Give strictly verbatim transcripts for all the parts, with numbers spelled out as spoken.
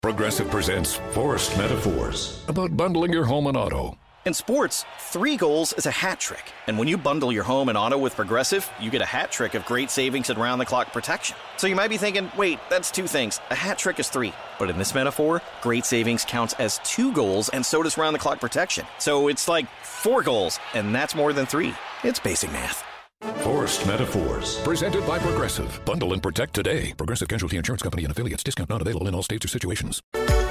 Progressive presents Forced Metaphors about bundling your home and auto. In sports, three goals is a hat trick. And when you bundle your home and auto with Progressive, you get a hat trick of great savings and round-the-clock protection. So you might be thinking, wait, that's two things. A hat trick is three. But in this metaphor, great savings counts as two goals, and so does round-the-clock protection. So it's like four goals, and that's more than three. It's basic math. Forced Metaphors, presented by Progressive. Bundle and protect today. Progressive Casualty Insurance Company and affiliates. Discount not available in all states or situations.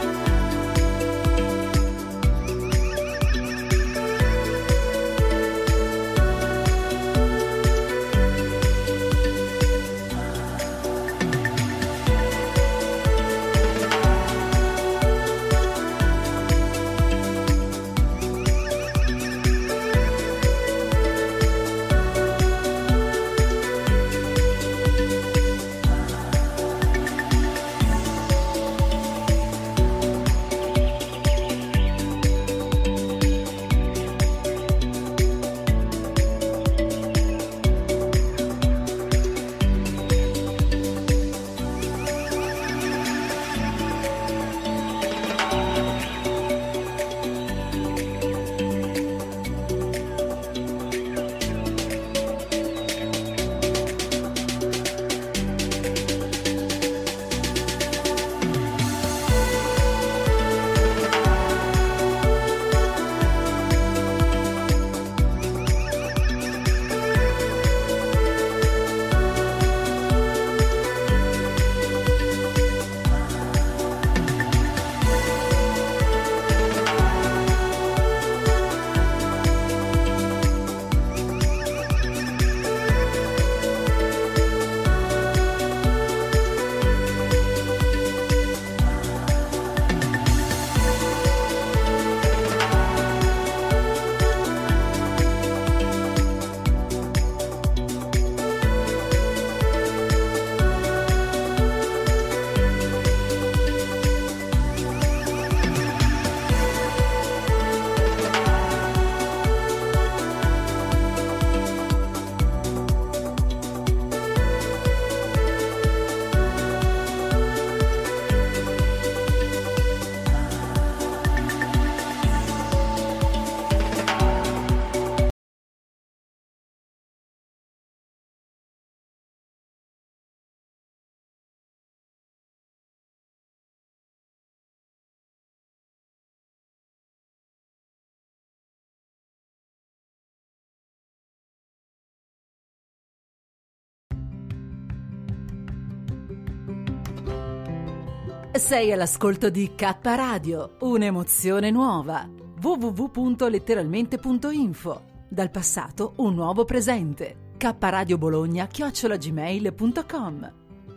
Sei all'ascolto di K Radio, un'emozione nuova. w w w punto letteralmente punto info. Dal passato un nuovo presente. K Radio Bologna chiocciola gmail punto com.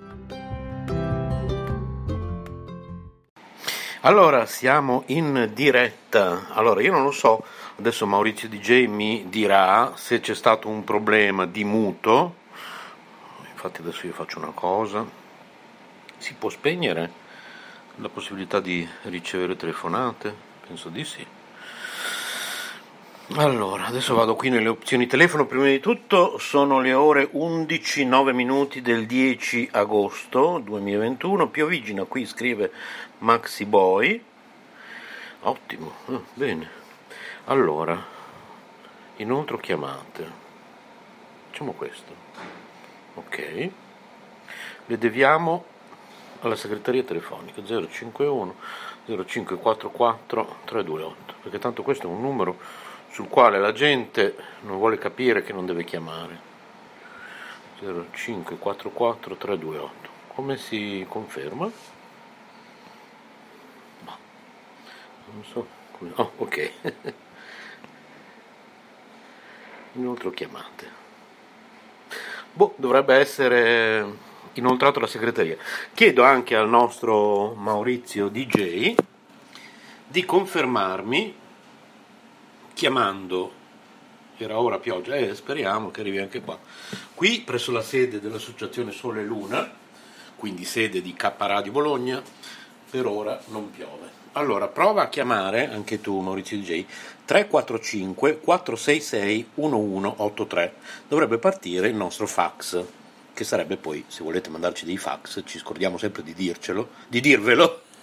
Allora, siamo in diretta. Allora, io non lo so, adesso Maurizio D J mi dirà se c'è stato un problema di muto. Infatti adesso io faccio una cosa. Si può spegnere la possibilità di ricevere telefonate? Penso di sì. Allora, adesso vado qui nelle opzioni telefono. Prima di tutto sono le ore undici, nove minuti del dieci agosto duemilaventuno. Piovigina, qui scrive Maxi Boy. Ottimo, ah, bene. Allora, inoltre chiamate. Facciamo questo. Ok. Le deviamo alla segreteria telefonica zero cinquantuno zero cinque quattro quattro tre due otto, perché tanto questo è un numero sul quale la gente non vuole capire che non deve chiamare. Zero cinque quattro quattro tre due otto. Come si conferma? No, non so. Oh, ok. Inoltre chiamate. Boh, dovrebbe essere inoltrato alla segreteria. Chiedo anche al nostro Maurizio D J di confermarmi chiamando. Era ora pioggia, eh, speriamo che arrivi anche qua. Qui presso la sede dell'associazione Sole e Luna, quindi sede di K Radio Bologna, per ora non piove. Allora, prova a chiamare anche tu, Maurizio D J, tre quattro cinque quattro sei sei uno uno otto tre. Dovrebbe partire il nostro fax, che sarebbe poi, se volete mandarci dei fax, ci scordiamo sempre di dircelo, di dirvelo,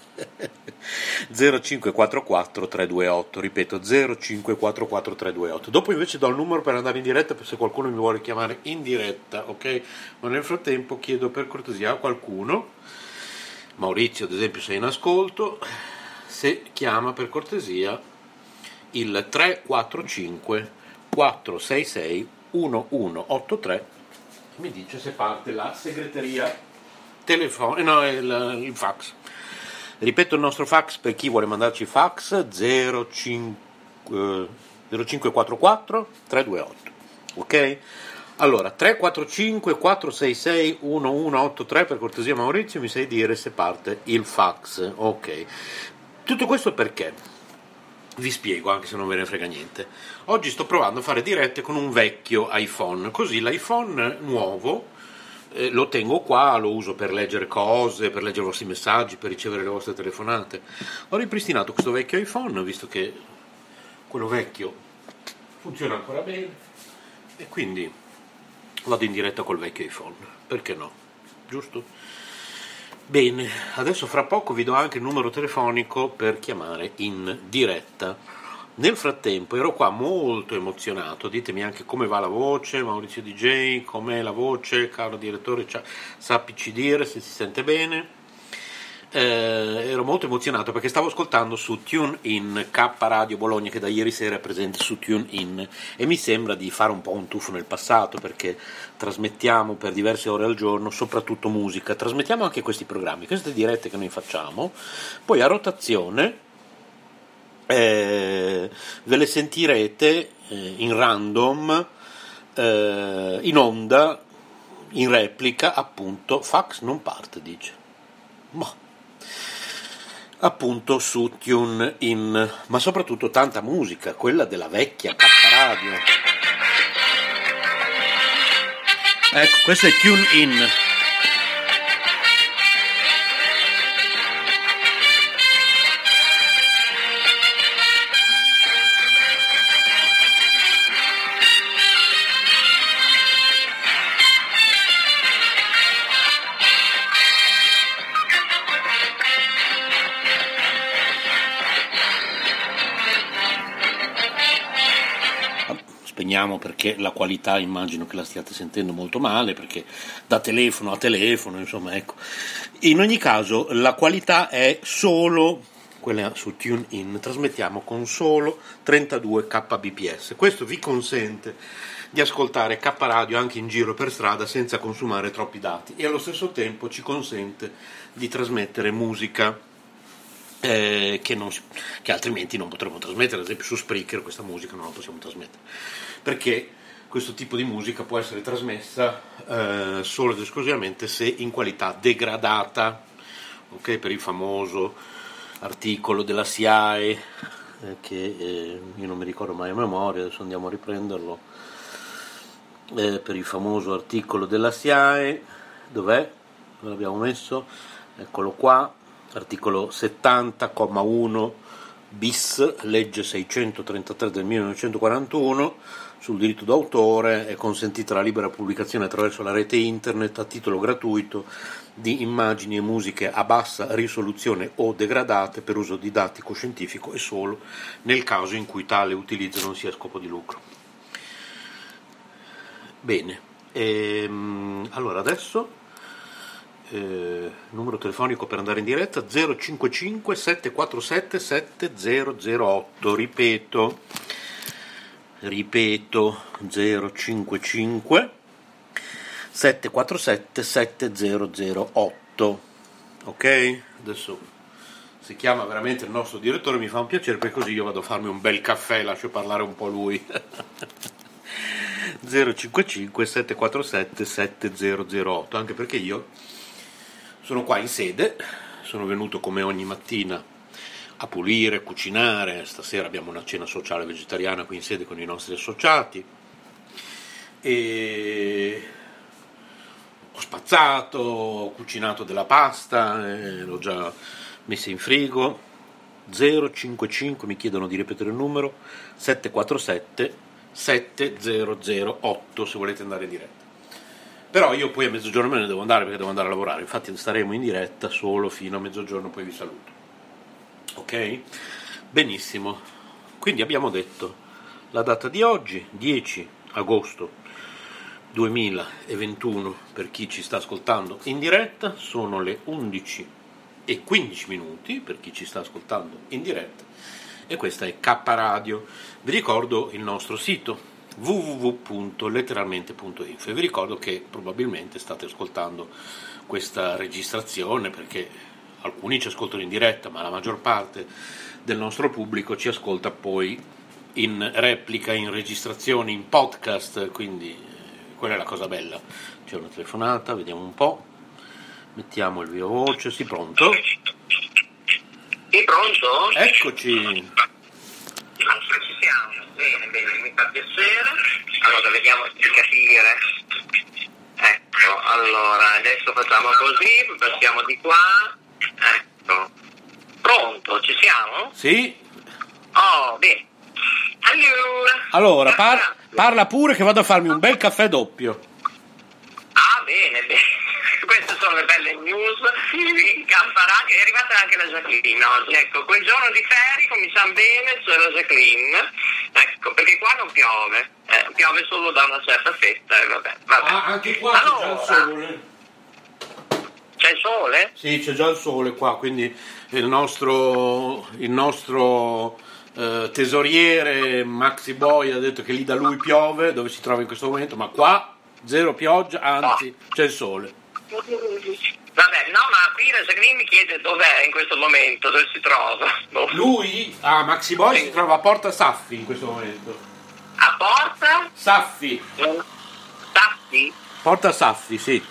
zero cinque quattro quattro tre due otto, ripeto zero cinque quattro quattro tre due otto. Dopo invece do il numero per andare in diretta se qualcuno mi vuole chiamare in diretta, ok? Ma nel frattempo chiedo per cortesia a qualcuno, Maurizio ad esempio se è in ascolto, se chiama per cortesia il tre quattro cinque quattro sei sei uno uno otto tre e mi dice se parte la segreteria telefonica, no, il, il fax. Ripeto il nostro fax per chi vuole mandarci fax zero cinque quattro quattro tre due otto, ok? Allora tre quattro cinque quattro sei sei uno uno otto tre, per cortesia Maurizio mi sai dire se parte il fax, ok? Tutto questo perché? Vi spiego, anche se non ve ne frega niente. Oggi sto provando a fare dirette con un vecchio iPhone, così l'iPhone nuovo Eh, lo tengo qua, lo uso per leggere cose, per leggere i vostri messaggi, per ricevere le vostre telefonate. Ho ripristinato questo vecchio iPhone, visto che quello vecchio funziona ancora bene, e quindi vado in diretta col vecchio iPhone, perché no? Giusto? Bene, adesso fra poco vi do anche il numero telefonico per chiamare in diretta. Nel frattempo ero qua molto emozionato, ditemi anche come va la voce, Maurizio D J, com'è la voce, caro direttore, sappici dire se si sente bene. Eh, ero molto emozionato perché stavo ascoltando su TuneIn, K Radio Bologna, che da ieri sera è presente su TuneIn, e mi sembra di fare un po' un tuffo nel passato, perché trasmettiamo per diverse ore al giorno soprattutto musica, trasmettiamo anche questi programmi, queste dirette che noi facciamo, poi a rotazione Eh, ve le sentirete eh, in random, eh, in onda, in replica, appunto, fax non parte, dice, ma appunto su TuneIn, ma soprattutto tanta musica, quella della vecchia K Radio. Ecco, questo è TuneIn. Perché la qualità immagino che la stiate sentendo molto male, perché da telefono a telefono, insomma, ecco. In ogni caso la qualità è solo quella su TuneIn, trasmettiamo con solo trentadue kbps. Questo vi consente di ascoltare K Radio anche in giro per strada senza consumare troppi dati, e allo stesso tempo ci consente di trasmettere musica Eh, che, non si, che altrimenti non potremmo trasmettere. Ad esempio su Spreaker questa musica non la possiamo trasmettere, perché questo tipo di musica può essere trasmessa eh, solo ed esclusivamente se in qualità degradata, ok? Per il famoso articolo della S I A E eh, che eh, io non mi ricordo mai a memoria, adesso andiamo a riprenderlo, eh, per il famoso articolo della S I A E, dov'è? Dove l'abbiamo messo? Eccolo qua, articolo settanta, comma uno bis, legge seicentotrentatré del millenovecentoquarantuno, sul diritto d'autore. È consentita la libera pubblicazione attraverso la rete internet a titolo gratuito di immagini e musiche a bassa risoluzione o degradate per uso didattico scientifico, e solo nel caso in cui tale utilizzo non sia a scopo di lucro. Bene, ehm, allora adesso Eh, numero telefonico per andare in diretta zero cinque cinque sette quattro sette sette zero zero otto, ripeto ripeto zero cinque cinque sette quattro sette sette zero zero otto, ok? Adesso si chiama veramente il nostro direttore, mi fa un piacere, perché così io vado a farmi un bel caffè, lascio parlare un po' lui. zero cinque cinque sette quattro sette sette zero zero otto, anche perché io sono qua in sede, sono venuto come ogni mattina a pulire, cucinare. Stasera abbiamo una cena sociale vegetariana qui in sede con i nostri associati, e ho spazzato, ho cucinato della pasta, e l'ho già messa in frigo. Zero cinque cinque, mi chiedono di ripetere il numero, sette quattro sette sette zero zero otto se volete andare in diretta. Però io poi a mezzogiorno me ne devo andare, perché devo andare a lavorare, infatti staremo in diretta solo fino a mezzogiorno, poi vi saluto. Ok? Benissimo. Quindi abbiamo detto la data di oggi, dieci agosto duemilaventuno, per chi ci sta ascoltando in diretta, sono le undici e quindici minuti per chi ci sta ascoltando in diretta, e questa è K Radio. Vi ricordo il nostro sito w w w punto letteralmente punto info e vi ricordo che probabilmente state ascoltando questa registrazione perché alcuni ci ascoltano in diretta, ma la maggior parte del nostro pubblico ci ascolta poi in replica, in registrazione, in podcast, quindi quella è la cosa bella. C'è una telefonata, vediamo un po', mettiamo il viva voce. Sì, pronto? Sì, pronto? Eccoci. Ci siamo, bene, bene, mi fa piacere. Allora, vediamo di capire. Ecco, allora, adesso facciamo così, passiamo di qua. Ecco. Pronto, ci siamo? Sì. Oh, bene. Allora, allora par- parla pure che vado a farmi un bel caffè doppio. Ah, bene, bene. Queste sono le belle news in Camparadio. È arrivata anche la Jacqueline oggi. Ecco, quel giorno di ferie cominciamo bene, c'è la Jacqueline. Ecco, perché qua non piove. Eh, piove solo da una certa festa e vabbè, vabbè. Ah, anche qua allora, c'è già il sole. C'è il sole? Sì, c'è già il sole qua, quindi il nostro... Il nostro Uh, tesoriere Maxi Boy ha detto che lì da lui piove, dove si trova in questo momento, ma qua zero pioggia, anzi no, c'è il sole. Vabbè, no, ma qui la Jacqueline mi chiede dov'è in questo momento, dove si trova. No. Lui, ah, Maxi Boy sì. Si trova a Porta Saffi in questo momento. A Porta? Saffi. Saffi? Porta Saffi, sì.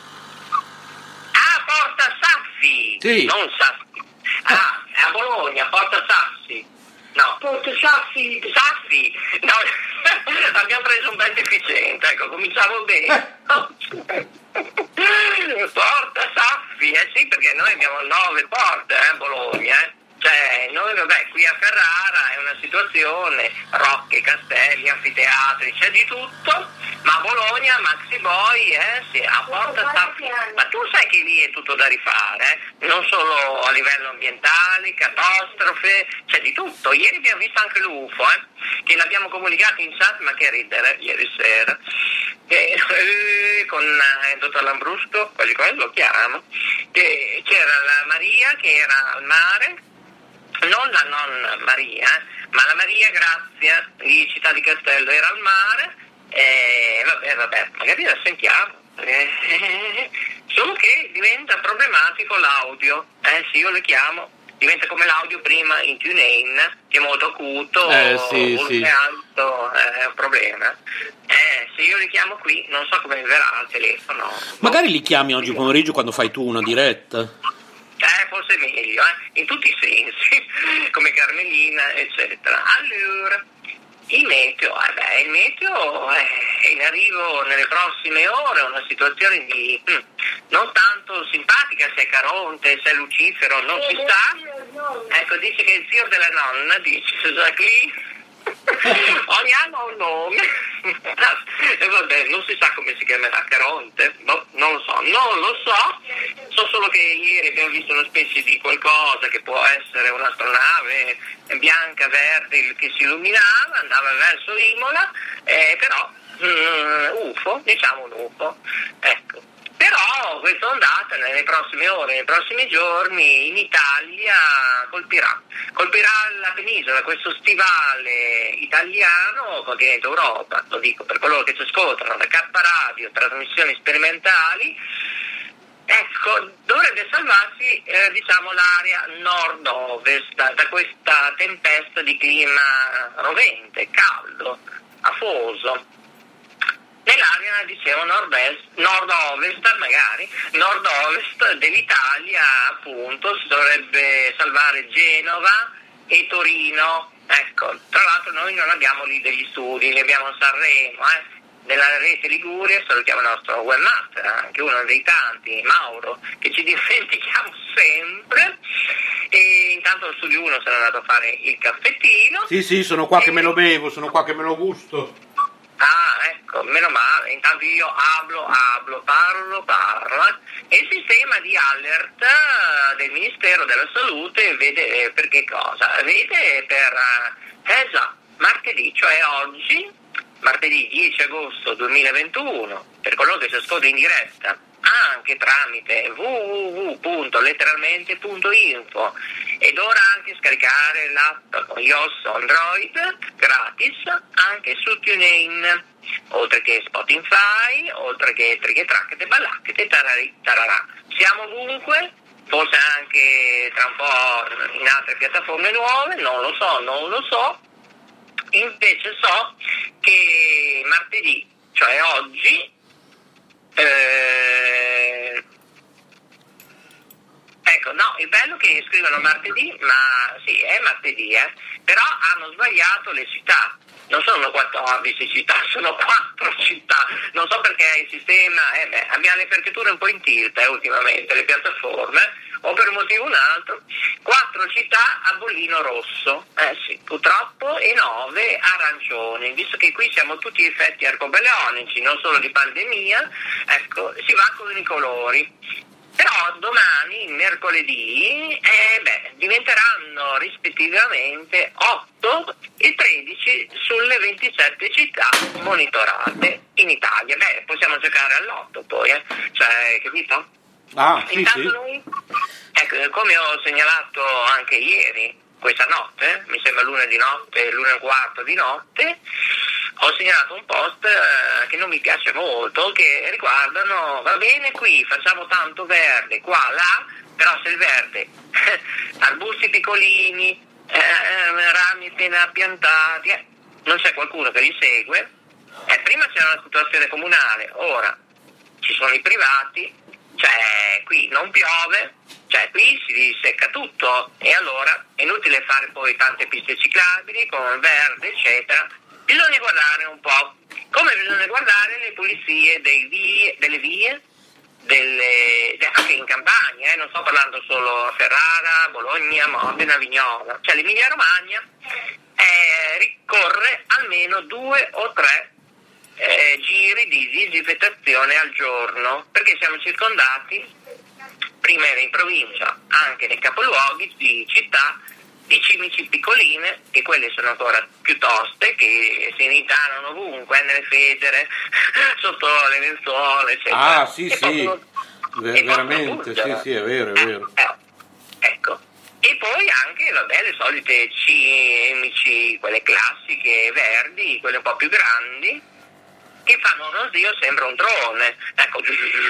Ah, Porta Saffi! Sì. Non Saffi. Ah, è a Bologna, Porta Saffi. No, Porta Saffi, Saffi, no, abbiamo preso un bel deficiente, ecco, cominciamo bene. Porta Saffi, eh sì, perché noi abbiamo nove porte, eh, a Bologna, eh. Cioè, noi, vabbè, qui a Ferrara è una situazione, rocche, castelli, anfiteatri, c'è di tutto, ma a Bologna, Maxi Boy, eh, sì, a Porta Saffi. Ma tu sai che lì è tutto da rifare, eh? Non solo a livello ambientale, catastrofe, c'è di tutto. Ieri abbiamo visto anche l'U F O, eh, che l'abbiamo comunicato in chat, ma che ridere, ieri sera, e, eh, con eh, il dottor Lambrusco, quasi come lo chiamo, che c'era la Maria che era al mare, non la non Maria, eh, ma la Maria Grazia di Città di Castello era al mare, e vabbè, vabbè, magari la sentiamo. Eh, solo che diventa problematico l'audio, eh sì, io le chiamo, diventa come l'audio prima in TuneIn, che è molto acuto, eh, sì, volume sì. alto, è un problema. Eh, se io li chiamo qui, non so come verrà al telefono. Magari li chiami oggi pomeriggio quando fai tu una diretta. Eh, forse è meglio, eh, in tutti i sensi, come Carmelina, eccetera. Allora, il meteo, eh beh, il meteo è in arrivo nelle prossime ore, una situazione di hm, non tanto simpatica, se è Caronte, se è Lucifero, non si sa. Ecco, dice che è il zio della nonna, dice Jacqueline. Ogni anno ha un nome e vabbè, non si sa come si chiamerà, Caronte, no, non lo so, non lo so, so solo che ieri abbiamo visto una specie di qualcosa che può essere un'astronave bianca, verde, che si illuminava, andava verso Imola, eh, però um, U F O, diciamo un U F O, ecco. Però questa ondata nelle prossime ore, nei prossimi giorni in Italia colpirà, colpirà la penisola, questo stivale italiano, continente Europa, lo dico per coloro che ci ascoltano, da K Radio, trasmissioni sperimentali, ecco, dovrebbe salvarsi eh, diciamo l'area nord-ovest da, da questa tempesta di clima rovente, caldo, afoso. Nell'area, dicevo, nord-est, nord-ovest, magari, nord-ovest dell'Italia, appunto, si dovrebbe salvare Genova e Torino. Ecco, tra l'altro noi non abbiamo lì degli studi, li abbiamo a Sanremo, eh. Nella rete Liguria salutiamo il nostro webmaster, anche uno dei tanti, Mauro, che ci dimentichiamo sempre. E intanto lo studio uno se n'è andato a fare il caffettino. Sì, sì, sono qua e... che me lo bevo, sono qua che me lo gusto. Ah, ecco. ecco, meno male, intanto io hablo, hablo, parlo, parlo. Eh. E il sistema di alert del Ministero della Salute vede eh, per che cosa? Vede per, eh già, martedì, cioè oggi, martedì dieci agosto duemilaventuno, per coloro che si ascolta in diretta, anche tramite w w w punto letteralmente punto info ed ora anche scaricare l'app con iOS o Android gratis anche su TuneIn, oltre che Spotify, oltre che Trighe Tracchete, Ballacchete, tarari, tararà. Siamo ovunque, forse anche tra un po' in altre piattaforme nuove, non lo so, non lo so. Invece so che martedì, cioè oggi, eh, ecco, no, il bello è che scrivono martedì, ma sì, è martedì, eh, però hanno sbagliato le città. Non sono quattordici città, sono quattro città. Non so perché il sistema, eh, beh, abbiamo le aperture un po' in tilt eh, ultimamente, le piattaforme, o per un motivo o un altro. Quattro città a bollino rosso, eh sì, purtroppo, e nove arancioni. Visto che qui siamo tutti effetti arcobalenici, non solo di pandemia, ecco, si va con i colori. Però domani, mercoledì, eh, beh, diventeranno rispettivamente otto e tredici sulle ventisette città monitorate in Italia. Beh, possiamo giocare all'otto poi, eh? Cioè, capito? Ah, sì, Intanto sì. noi, ecco, come ho segnalato anche ieri, questa notte, mi sembra lunedì notte, l'una e un quarto di notte, ho segnalato un post eh, che non mi piace molto, che riguardano, va bene qui, facciamo tanto verde, qua, là, però se il verde, arbusti piccolini, eh, rami appena piantati, eh, non c'è qualcuno che li segue, eh, prima c'era una situazione comunale, ora ci sono i privati, cioè qui non piove, cioè qui si secca tutto e allora è inutile fare poi tante piste ciclabili con verde eccetera. Bisogna guardare un po', come bisogna guardare le pulizie dei vie, delle vie, delle, anche in Campania, eh, non sto parlando solo a Ferrara, Bologna, Modena, Vignola, cioè l'Emilia Romagna eh, ricorre almeno due o tre eh, giri di disinfettazione al giorno, perché siamo circondati, prima era in provincia, anche nei capoluoghi di città, di cimici piccoline, che quelle sono ancora più toste, che si initalano ovunque, nelle federe, sotto le lenzuola, eccetera. Ah, sì, e sì, possono, Ver- veramente, sì, sì, è vero, è vero. Eh, eh, ecco. E poi anche, vabbè, le solite cimici, quelle classiche verdi, quelle un po' più grandi, che fanno uno zio, sembra un drone, ecco,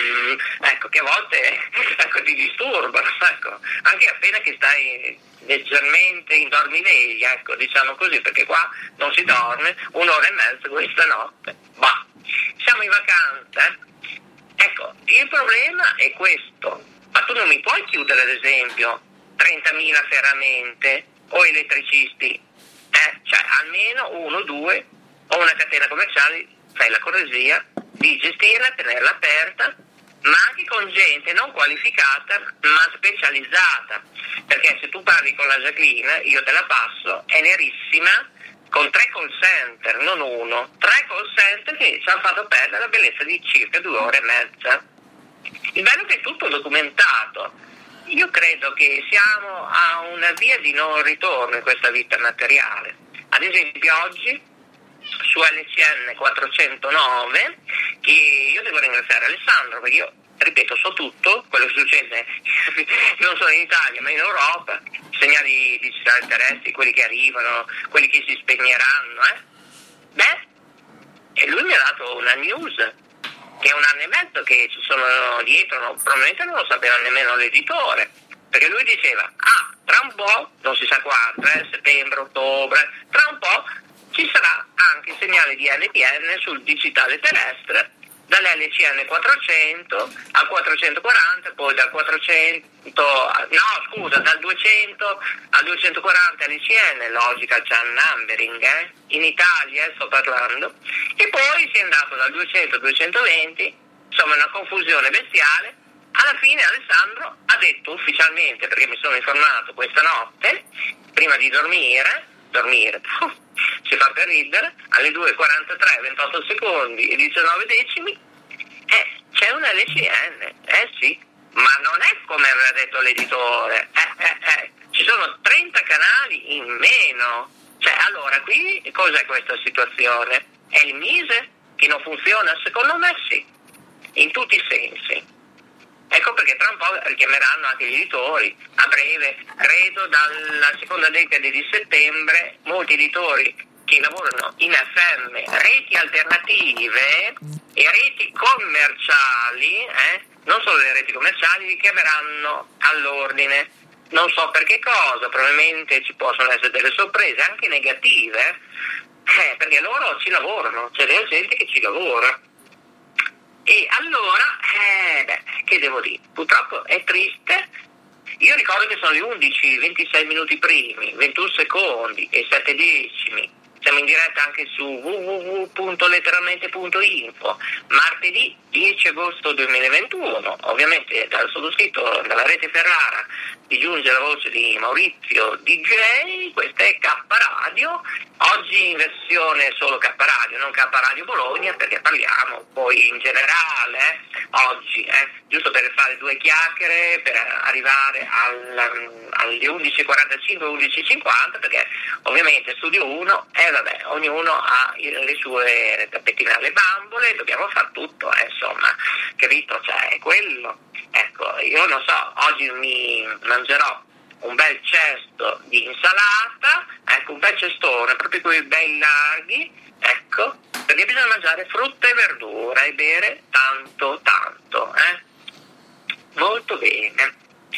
ecco che a volte ecco, ti disturbano, ecco, anche appena che stai leggermente in dormiveglia, ecco, diciamo così, perché qua non si dorme un'ora e mezza questa notte, bah, siamo in vacanza, eh? Ecco, il problema è questo, ma tu non mi puoi chiudere ad esempio trentamila ferramente o elettricisti, eh? Cioè almeno uno, due o una catena commerciale, fai la cortesia di gestirla, tenerla aperta, ma anche con gente non qualificata ma specializzata, perché se tu parli con la Jacqueline, io te la passo, è nerissima, con tre call center, non uno, tre call center che ci hanno fatto perdere la bellezza di circa due ore e mezza. Il bello è che è tutto documentato. Io credo che siamo a una via di non ritorno in questa vita materiale. Ad esempio oggi su L C N quattrocentonove, che io devo ringraziare Alessandro, perché io, ripeto, so tutto quello che succede non solo in Italia ma in Europa, segnali digitali terrestri, quelli che arrivano, quelli che si spegneranno, eh? Beh, e lui mi ha dato una news che è un anno e mezzo che ci sono dietro, no? Probabilmente non lo sapeva nemmeno l'editore, perché lui diceva, ah, tra un po', non si sa quando, eh, settembre, ottobre, tra un po' ci sarà anche segnale di L T N sul digitale terrestre, dall'L C N quattrocento al quattrocentoquaranta, poi dal quattrocento, no scusa, dal duecento al duecentoquaranta L C N, logica Chan numbering, eh? In Italia eh, sto parlando, e poi si è andato dal duecento al duecentoventi, insomma una confusione bestiale. Alla fine Alessandro ha detto ufficialmente, perché mi sono informato questa notte, prima di dormire, dormire, si fa per ridere, alle due e quarantatré, ventotto secondi e diciannove decimi, eh, c'è una L C N, eh sì, ma non è come aveva detto l'editore, eh, eh, eh, ci sono trenta canali in meno, cioè allora qui cos'è questa situazione? È il Mise che non funziona? Secondo me sì, in tutti i sensi. Ecco perché tra un po' richiameranno anche gli editori, a breve, credo dalla seconda decade di settembre, molti editori che lavorano in F M, reti alternative e reti commerciali, eh, non solo le reti commerciali, li chiameranno all'ordine. Non so per che cosa, probabilmente ci possono essere delle sorprese, anche negative, eh, perché loro ci lavorano, c'è della gente che ci lavora. E allora, eh, beh, che devo dire? Purtroppo è triste. Io ricordo che sono le undici, ventisei minuti primi, ventuno secondi e sette decimi. Siamo in diretta anche su w w w punto letteralmente punto info, martedì dieci agosto duemilaventuno, ovviamente dal sottoscritto, dalla rete Ferrara, ti giunge la voce di Maurizio D J, questa è K Radio, oggi in versione solo K Radio, non K Radio Bologna, perché parliamo poi in generale, eh, oggi, eh, giusto per fare due chiacchiere, per arrivare al, alle undici e quarantacinque, undici e cinquanta, perché ovviamente Studio uno è eh, vabbè, ognuno ha le sue tappetine alle bambole, dobbiamo far tutto, eh, insomma, capito? Cioè, è quello. Ecco, io non so, oggi mi mangerò un bel cesto di insalata, ecco, un bel cestone, proprio quei bei larghi, ecco, perché bisogna mangiare frutta e verdura e bere tanto, tanto, eh? Molto bene.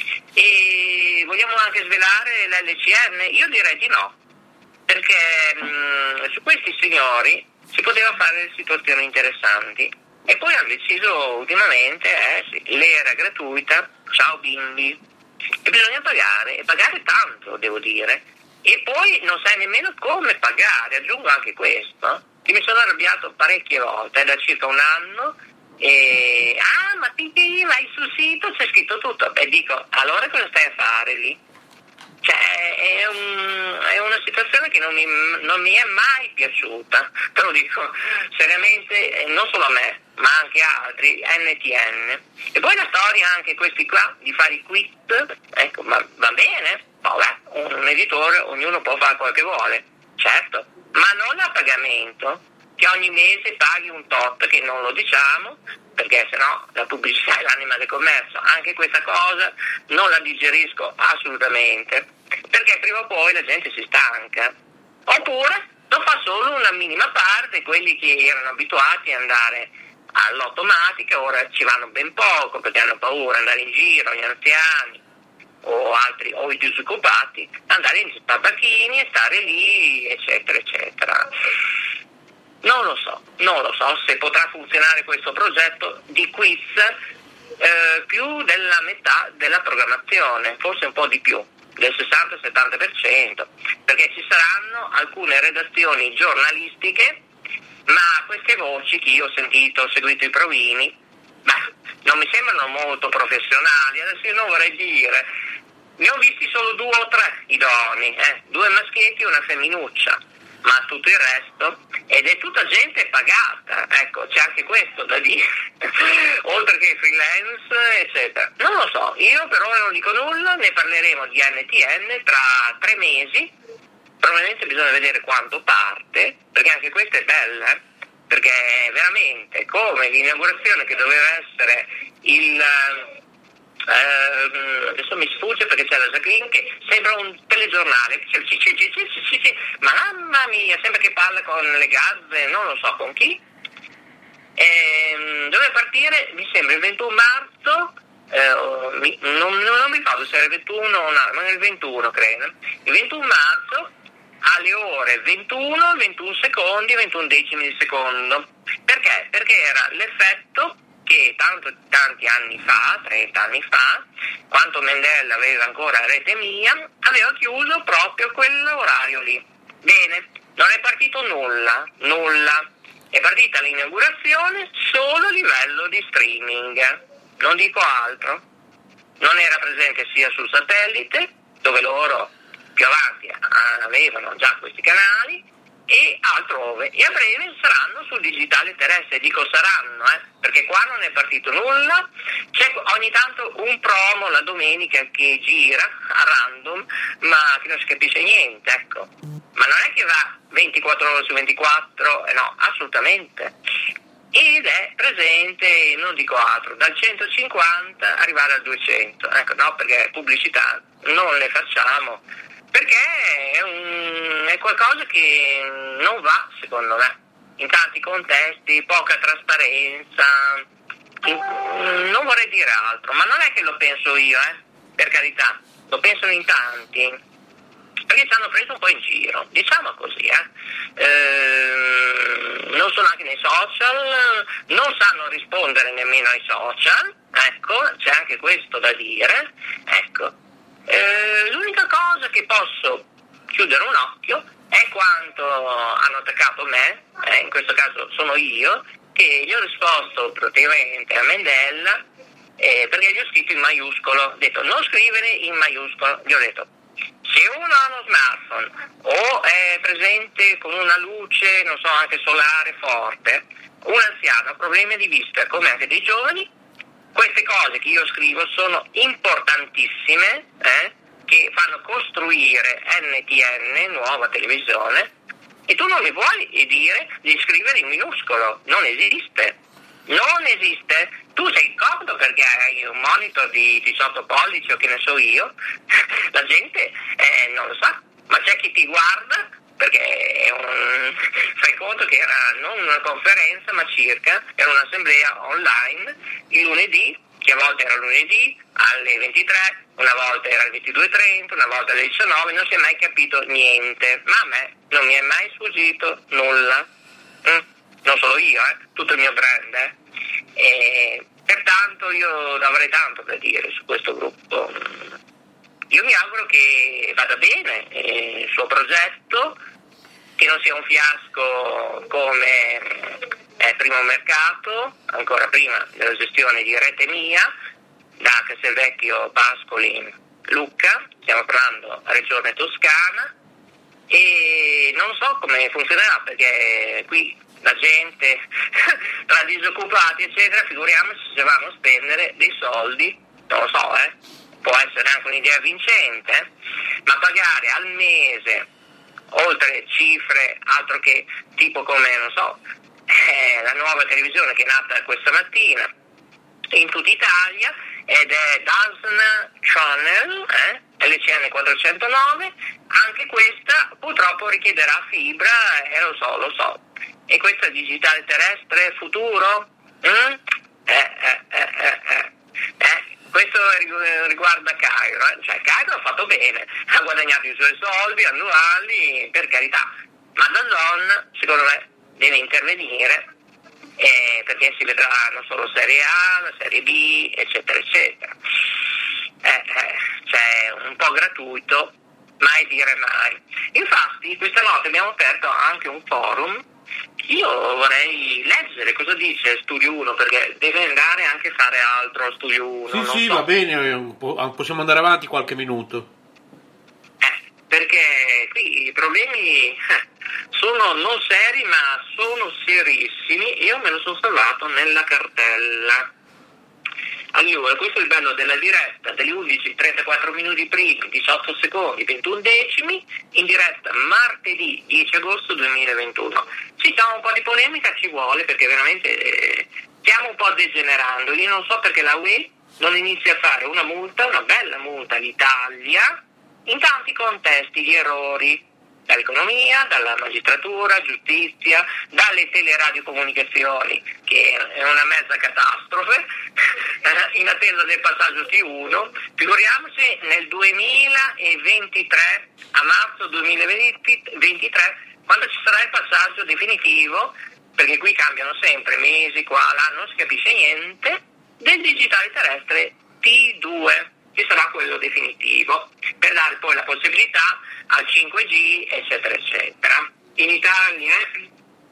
E vogliamo anche svelare l'L C N? Io direi di no. Perché mh, su questi signori si poteva fare situazioni interessanti e poi hanno deciso ultimamente eh, sì, l'era gratuita, ciao bimbi, e bisogna pagare, e pagare tanto devo dire, e poi non sai nemmeno come pagare, aggiungo anche questo, che mi sono arrabbiato parecchie volte, è da circa un anno, e ah ma ti vai sul sito, c'è scritto tutto, e dico allora cosa stai a fare lì? Cioè è, un, è una situazione che non mi, non mi è mai piaciuta, te lo dico seriamente, non solo a me, ma anche a altri, N T N. E poi la storia anche questi qua, di fare i quiz, ecco, ma va bene, vabbè, un editore, ognuno può fare quel che vuole, certo, ma non a pagamento, che ogni mese paghi un tot, che non lo diciamo, perché sennò la pubblicità è l'anima del commercio, anche questa cosa non la digerisco assolutamente, perché prima o poi la gente si stanca, oppure lo fa solo una minima parte, quelli che erano abituati ad andare all'automatica, ora ci vanno ben poco perché hanno paura di andare in giro, gli anziani o altri, o i disoccupati, andare in tabacchini e stare lì, eccetera, eccetera. Non lo so, non lo so se potrà funzionare questo progetto di quiz eh, più della metà della programmazione, forse un po' di più, del sessanta settanta per cento, perché ci saranno alcune redazioni giornalistiche, ma queste voci che io ho sentito, ho seguito i provini, ma non mi sembrano molto professionali, adesso io non vorrei dire, ne ho visti solo due o tre idonei, eh? due maschietti e una femminuccia, ma tutto il resto, ed è tutta gente pagata, ecco, c'è anche questo da dire, oltre che freelance, eccetera. Non lo so, io per ora non dico nulla, ne parleremo di N T N tra tre mesi, probabilmente bisogna vedere quanto parte, perché anche questa è bella, eh? Perché veramente, come l'inaugurazione che doveva essere il... Uh, adesso mi sfugge perché c'è la Jacqueline che sembra un telegiornale, ma mamma mia, sembra che parla con le gazze, non lo so con chi. E, dove partire? Mi sembra il ventuno marzo, eh, mi, non, non mi ricordo se era il ventuno o no, ma è il ventuno credo. Il ventuno marzo alle ore ventuno, ventuno secondi, ventuno decimi di secondo. Perché? Perché era l'effetto che tanto, tanti anni fa, trenta anni fa, quando Mendel aveva ancora Rete Mia, aveva chiuso proprio quell'orario lì. Bene, non è partito nulla, nulla. È partita l'inaugurazione solo a livello di streaming, non dico altro. Non era presente sia sul satellite, dove loro più avanti avevano già questi canali, e altrove, e a breve saranno sul digitale terrestre. Dico saranno, eh, perché qua non è partito nulla, c'è ogni tanto un promo la domenica che gira a random, ma che non si capisce niente, ecco. Ma non è che va ventiquattro ore su ventiquattro, eh no, assolutamente. Ed è presente, non dico altro, dal centocinquanta arrivare al duecento, ecco, no, perché pubblicità non le facciamo, perché è, un, è qualcosa che non va, secondo me, in tanti contesti, poca trasparenza, non vorrei dire altro, ma non è che lo penso io, eh, per carità, lo pensano in tanti, perché ci hanno preso un po' in giro, diciamo così, eh. Eh, non sono anche nei social, non sanno rispondere nemmeno ai social, ecco, c'è anche questo da dire, ecco. Eh, l'unica cosa che posso chiudere un occhio è quanto hanno attaccato me, eh, in questo caso sono io, che gli ho risposto praticamente a Mendella, eh, perché gli ho scritto in maiuscolo, ho detto non scrivere in maiuscolo, gli ho detto se uno ha uno smartphone o è presente con una luce, non so, anche solare forte, un anziano ha problemi di vista come anche dei giovani, queste cose che io scrivo sono importantissime, eh, che fanno costruire N T N, nuova televisione, e tu non mi puoi dire di scrivere in minuscolo, non esiste, non esiste. Tu sei comodo perché hai un monitor di diciotto pollici o che ne so io, la gente eh, non lo sa, ma c'è chi ti guarda perché è un... fai conto che era non una conferenza ma circa, era un'assemblea online il lunedì, che a volte era lunedì alle ventitré, una volta era alle ventidue e trenta, una volta alle diciannove, non si è mai capito niente, ma a me non mi è mai sfuggito nulla, mm? Non solo io, eh? Tutto il mio brand, eh? E pertanto io avrei tanto da dire su questo gruppo. Io mi auguro che vada bene eh, il suo progetto, che non sia un fiasco come è Primo Mercato, ancora prima della gestione di Rete Mia, da Castelvecchio, Pascoli, Lucca, stiamo parlando Regione Toscana, e non so come funzionerà perché qui la gente tra disoccupati eccetera, figuriamoci se vanno a spendere dei soldi, non lo so, eh, può essere anche un'idea vincente, eh? Ma pagare al mese oltre cifre altro che tipo come, non so, eh, la nuova televisione che è nata questa mattina in tutta Italia ed è DAZN Channel, eh? L C N quattrocentonove, anche questa purtroppo richiederà fibra, e eh, lo so, lo so. E questo è digitale terrestre futuro? Mm? Eh, eh, eh, eh, eh. eh, questo riguarda Cairo, eh? Cioè Cairo ha fatto bene, ha guadagnato i suoi soldi annuali, per carità, ma DAZN secondo me deve intervenire, eh, perché si vedrà non solo Serie A, la Serie B, eccetera, eccetera. Eh, eh, cioè un po' gratuito, mai dire mai. Infatti questa notte abbiamo aperto anche un forum. Io vorrei leggere cosa dice Studio uno, perché deve andare anche a fare altro a Studio uno. Sì, non sì, so. va bene, possiamo andare avanti qualche minuto. Eh, perché qui i problemi sono non seri, ma sono serissimi. Io me lo sono salvato nella cartella. Allora, questo è il bello della diretta delle undici, trentaquattro minuti primi, diciotto secondi, ventuno decimi, in diretta martedì dieci agosto duemilaventuno. Sì, c'è un po' di polemica, ci vuole, perché veramente eh, stiamo un po' degenerando. Io non so perché la U E non inizia a fare una multa, una bella multa all'Italia, in tanti contesti di errori, dall'economia, dalla magistratura, giustizia, dalle teleradiocomunicazioni, che è una mezza catastrofe, in attesa del passaggio T uno, figuriamoci nel duemilaventitré, a marzo duemilaventitré, quando ci sarà il passaggio definitivo, perché qui cambiano sempre, mesi, qua, là, non si capisce niente, del digitale terrestre T due, che sarà quello definitivo, per dare poi la possibilità al cinque G, eccetera, eccetera. In Italia, eh?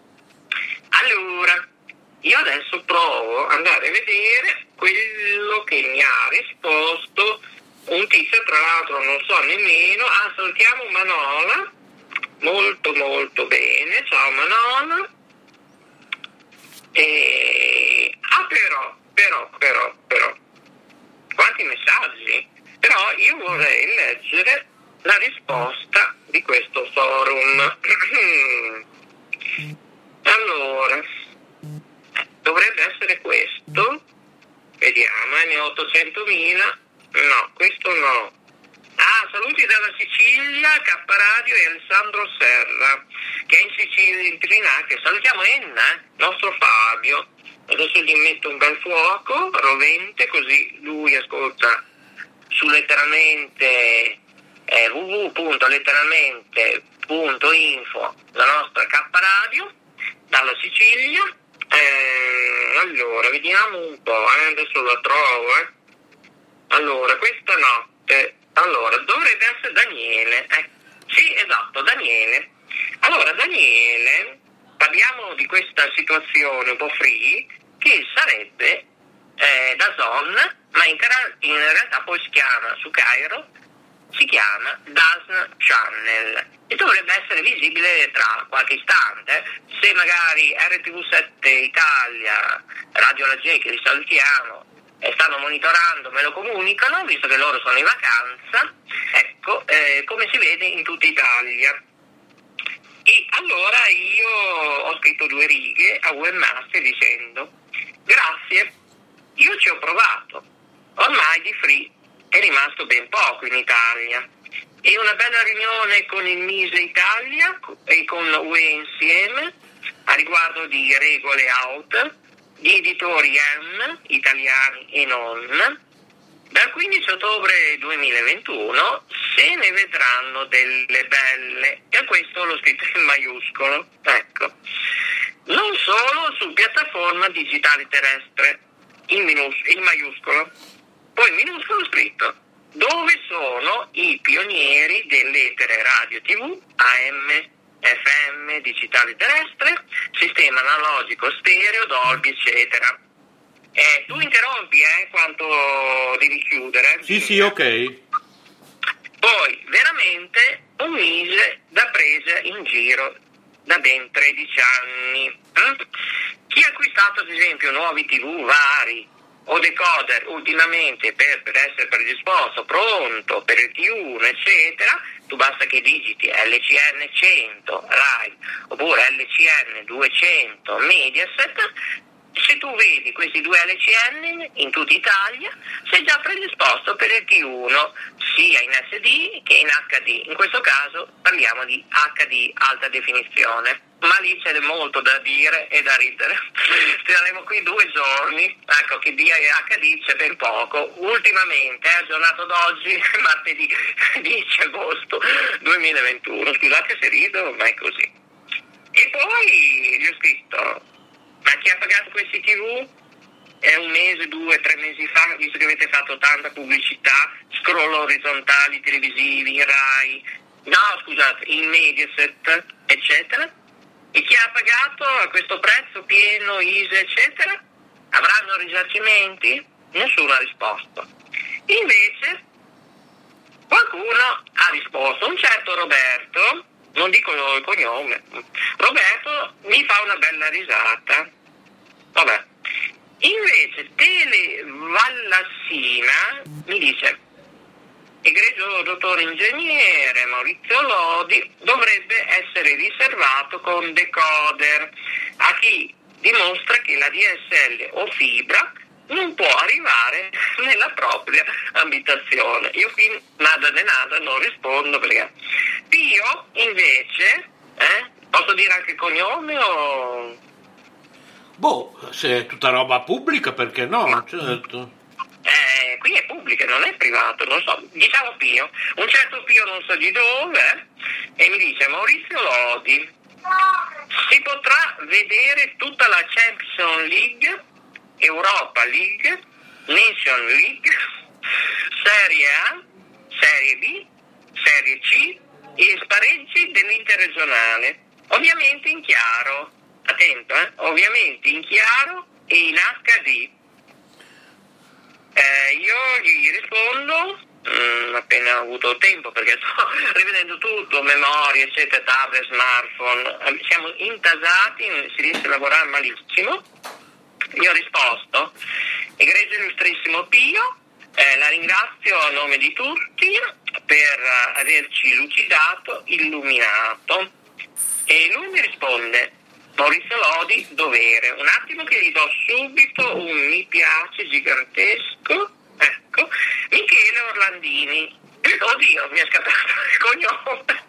Allora, io adesso provo ad andare a vedere quello che mi ha risposto un tizio, tra l'altro non so nemmeno, ah, salutiamo Manola, molto molto bene, ciao Manon. E... Ah però, però, però, però, quanti messaggi? Però io vorrei leggere la risposta di questo forum. Allora, dovrebbe essere questo. Vediamo, eh, ne ho ottocentomila. No, questo no. Ah, saluti dalla Sicilia, K Radio e Alessandro Serra, che è in Sicilia, in Trinacria. Salutiamo Enna, eh, nostro Fabio. Adesso gli metto un bel fuoco rovente, così lui ascolta su letteralmente eh, w w w punto letteralmente punto info, la nostra K Radio, dalla Sicilia. Eh, allora, vediamo un po', eh, adesso la trovo. Eh. Allora, questa notte... Allora, dovrebbe essere Daniele. Eh, sì, esatto, Daniele. Allora, Daniele, parliamo di questa situazione un po' free, che sarebbe eh, D A Z N, ma in, cara- in realtà poi si chiama, su Cairo, si chiama D A Z N Channel e dovrebbe essere visibile tra qualche istante. Se magari R T V sette Italia, Radio La J, che li salutiamo, e stanno monitorando, me lo comunicano, visto che loro sono in vacanza, ecco, eh, come si vede in tutta Italia. E allora io ho scritto due righe a Webmaster dicendo: grazie, io ci ho provato, ormai di free è rimasto ben poco in Italia, e una bella riunione con il Mise Italia e con U E insieme a riguardo di regole out, di editori M, italiani e non, dal quindici ottobre duemilaventuno se ne vedranno delle belle, e questo l'ho scritto in maiuscolo, ecco. Non solo su piattaforma digitale terrestre, in, minus- in maiuscolo, poi minuscolo scritto, dove sono i pionieri dell'etere radio tivù, A M, F M, digitale terrestre, sistema analogico stereo, Dolby, eccetera. Eh, tu interrompi, eh, quanto devi chiudere. Sì, sì, ok. Poi, veramente, un Mise da presa in giro da ben tredici anni. Mm? Chi ha acquistato, ad esempio, nuovi tivù vari o decoder ultimamente per, per essere predisposto, pronto per il T uno, eccetera, tu basta che digiti L C N cento Rai oppure L C N duecento Mediaset. Se tu vedi questi due L C N in tutta Italia, sei già predisposto per il T uno, sia in S D che in H D. In questo caso parliamo di H D alta definizione. Ma lì c'è molto da dire e da ridere. Staremo qui due giorni, ecco, che di H D c'è ben poco. Ultimamente, eh, giornata d'oggi, martedì dieci agosto duemilaventuno. Scusate se rido, ma è così. E poi gli ho scritto: ma chi ha pagato questi tivù? È un mese, due, tre mesi fa, visto che avete fatto tanta pubblicità, scroll orizzontali televisivi, in Rai, no scusate, in Mediaset, eccetera. E chi ha pagato a questo prezzo pieno, I S E, eccetera? Avranno risarcimenti? Nessuna risposta. Invece qualcuno ha risposto, un certo Roberto, non dico il cognome, Roberto mi fa una bella risata. Vabbè. Invece Tele Vallassina mi dice: egregio dottor ingegnere Maurizio Lodi, dovrebbe essere riservato con decoder a chi dimostra che la D S L o fibra non può arrivare nella propria abitazione. Io qui nada de nada non rispondo, perché Pio invece, eh, posso dire anche cognome o... Boh, se è tutta roba pubblica, perché no? Ma... certo. Eh, qui è pubblica, non è privato, non so, diciamo Pio, un certo Pio non so di dove, e mi dice: Maurizio Lodi, si potrà vedere tutta la Champions League, Europa League, Nation League, Serie A, Serie B, Serie C e spareggi dell'interregionale, ovviamente in chiaro, attento, eh, ovviamente in chiaro e in H D. Eh, io gli rispondo: mh, appena ho avuto tempo, perché sto rivedendo tutto, memorie, eccetera, tablet, smartphone, siamo intasati, si riesce a lavorare malissimo. Io ho risposto: egregio illustrissimo Pio, eh, la ringrazio a nome di tutti per averci lucidato, illuminato. E lui mi risponde: Maurizio Lodi, dovere. Un attimo che gli do subito un mi piace gigantesco. Ecco, Michele Orlandini. Oddio, mi è scattato il cognome.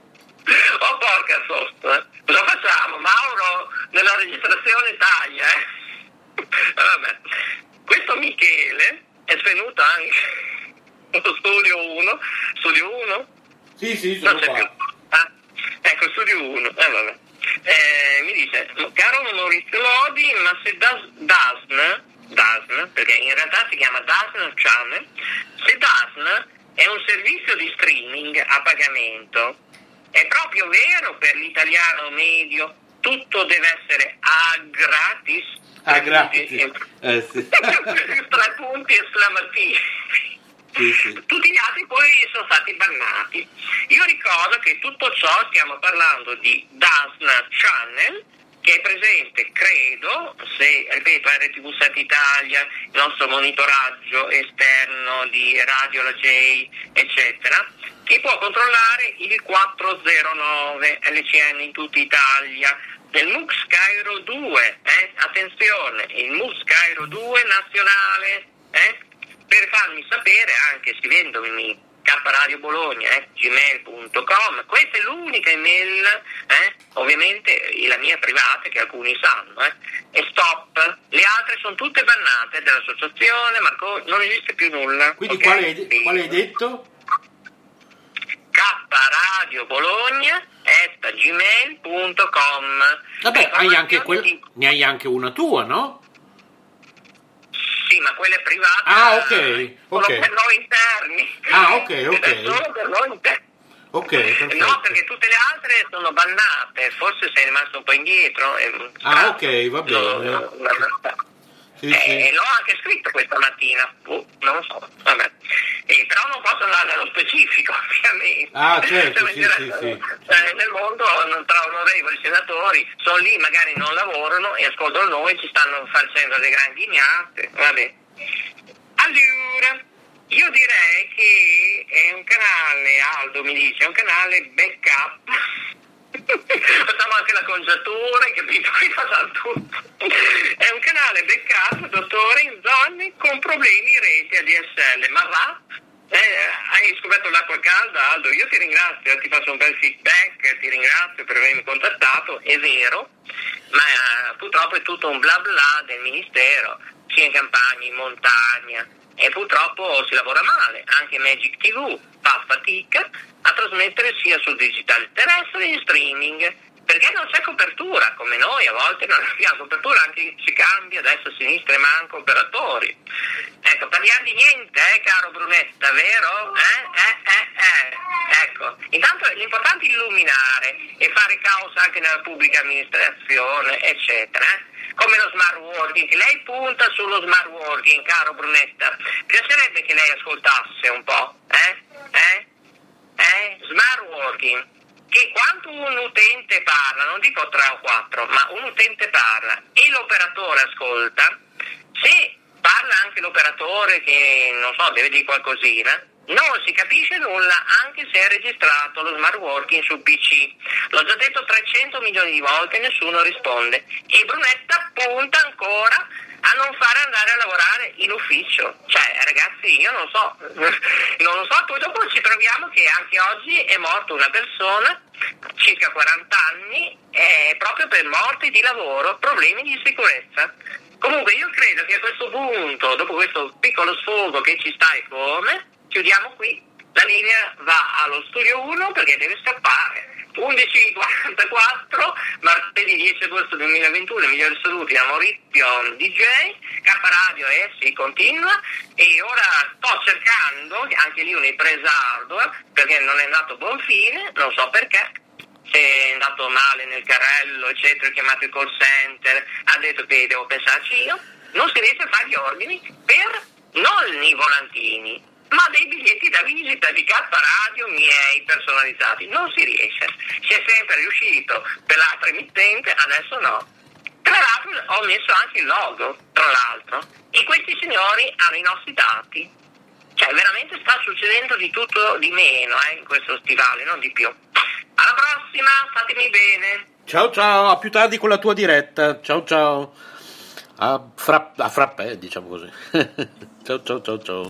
Oh, porca sosta. Cosa facciamo? Mauro nella registrazione taglia, eh? Vabbè. Questo Michele è svenuto anche allo studio uno. Studio uno? Sì, sì, sono non c'è qua. più. Ah, ecco, studio uno. Eh, vabbè. Eh, mi dice: caro Maurizio Lodi, ma se Das, Dasn, Dasn, perché in realtà si chiama Dasn Channel, se Dasn è un servizio di streaming a pagamento, è proprio vero per l'italiano medio tutto deve essere a gratis? Ah, gratis. Eh, sì. Tre punti esclamativi. Sì, sì. Tutti gli altri poi sono stati bannati. Io ricordo che tutto ciò stiamo parlando di Dasn Channel, che è presente, credo, se, ripeto, R T V sette Italia, il nostro monitoraggio esterno di Radio La J, eccetera, che può controllare il quattrocentonove L C N in tutta Italia, del M U X Cairo due, eh? Attenzione, il M U X Cairo due nazionale, eh? Per farmi sapere, anche scrivendomi kradio bologna at gmail punto com, questa è l'unica email, eh? Ovviamente la mia privata, che alcuni sanno, eh? E stop, le altre sono tutte bannate dell'associazione, Marco, non esiste più nulla. Quindi okay? quale, hai, quale hai detto? kradio bologna at gmail punto com. Vabbè, hai anche quel... ne hai anche una tua, no? Sì, ma quella è privata. Ah, ok, ok. Solo per noi interni. Ah, ok, ok. È solo per noi interni. Ok, perfetto. No, perché tutte le altre sono bannate, forse sei rimasto un po' indietro. Ah, ok, va bene. No, no, no, no. Sì, eh, sì. l'ho anche scritto questa mattina, uh, non lo so, vabbè. Eh, però non posso andare nello specifico, ovviamente. Ah, certo, Cioè, sì, dire, sì, sì. eh, nel mondo, tra onorevoli senatori, sono lì, magari non lavorano e ascoltano noi, ci stanno facendo le grandi ghignate, vabbè. Allora, io direi che è un canale, Aldo mi dice, è un canale backup. Facciamo anche la conciatura, capito? Qui facciamo tutto. È un canale backup, dottore, in zone con problemi reti A D S L. Ma va? Eh, hai scoperto l'acqua calda, Aldo? Io ti ringrazio, ti faccio un bel feedback, ti ringrazio per avermi contattato, è vero, ma eh, purtroppo è tutto un bla bla del ministero, sia in campagna, in montagna, e purtroppo si lavora male. Anche Magic tivù fa fatica a trasmettere sia sul digitale terrestre che in streaming, perché non c'è copertura, come noi a volte non abbiamo copertura, anche si cambia adesso a sinistra e manco operatori. Ecco, parliamo di niente, eh, caro Brunetta, vero? Eh, eh, eh, eh. Ecco, intanto l'importante è illuminare e fare caos anche nella pubblica amministrazione, eccetera, eh? Come lo smart working, che lei punta sullo smart working, caro Brunetta. Piacerebbe che lei ascoltasse un po', eh? Eh? Eh? Smart working. Che quando un utente parla, non dico tre o quattro, ma un utente parla e l'operatore ascolta, se parla anche l'operatore che, non so, deve dire qualcosina, non si capisce nulla anche se è registrato lo smart working sul P C. L'ho già detto trecento milioni di volte e nessuno risponde. E Brunetta punta ancora a non fare andare a lavorare in ufficio. Cioè, ragazzi, io non so, non lo so, poi dopo ci troviamo che anche oggi è morta una persona, circa quaranta anni, eh, proprio per morte di lavoro, problemi di sicurezza. Comunque io credo che a questo punto, dopo questo piccolo sfogo che ci sta e come, chiudiamo qui. La linea va allo studio uno perché deve scappare. undici e quarantaquattro, martedì dieci agosto duemilaventuno, migliori saluti da Maurizio D J, K Radio e si continua, e ora sto cercando anche lì un'impresa hardware perché non è andato a buon fine, non so perché, se è andato male nel carrello eccetera, ho chiamato il call center, ha detto che devo pensarci io, non si riesce a fare gli ordini per non i volantini, ma dei biglietti da visita di K Radio miei personalizzati non si riesce. Si è sempre riuscito per l'altra emittente, adesso no. Tra l'altro ho messo anche il logo, tra l'altro, e questi signori hanno i nostri dati. Cioè veramente sta succedendo di tutto di meno eh, in questo stivale, non di più. Alla prossima, fatemi bene. Ciao ciao, a più tardi con la tua diretta. Ciao ciao. A, fra, a frappè, diciamo così. Ciao ciao ciao ciao.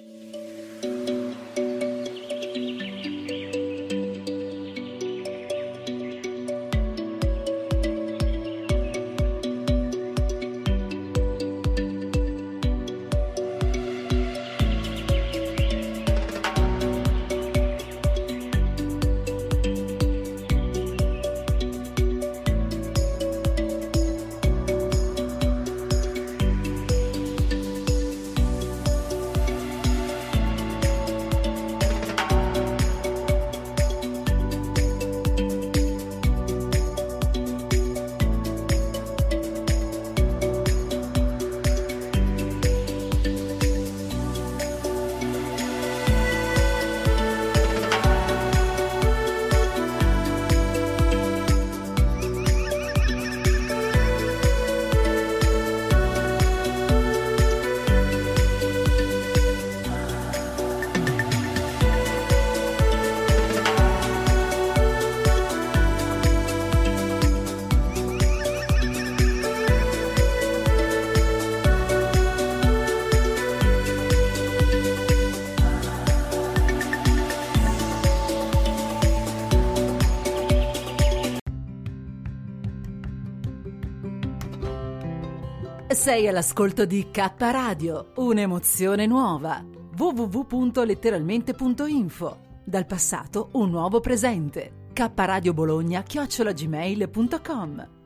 Sei all'ascolto di K Radio, un'emozione nuova. w w w punto letteralmente punto info. Dal passato un nuovo presente. K Radio Bologna chiocciola gmail punto com.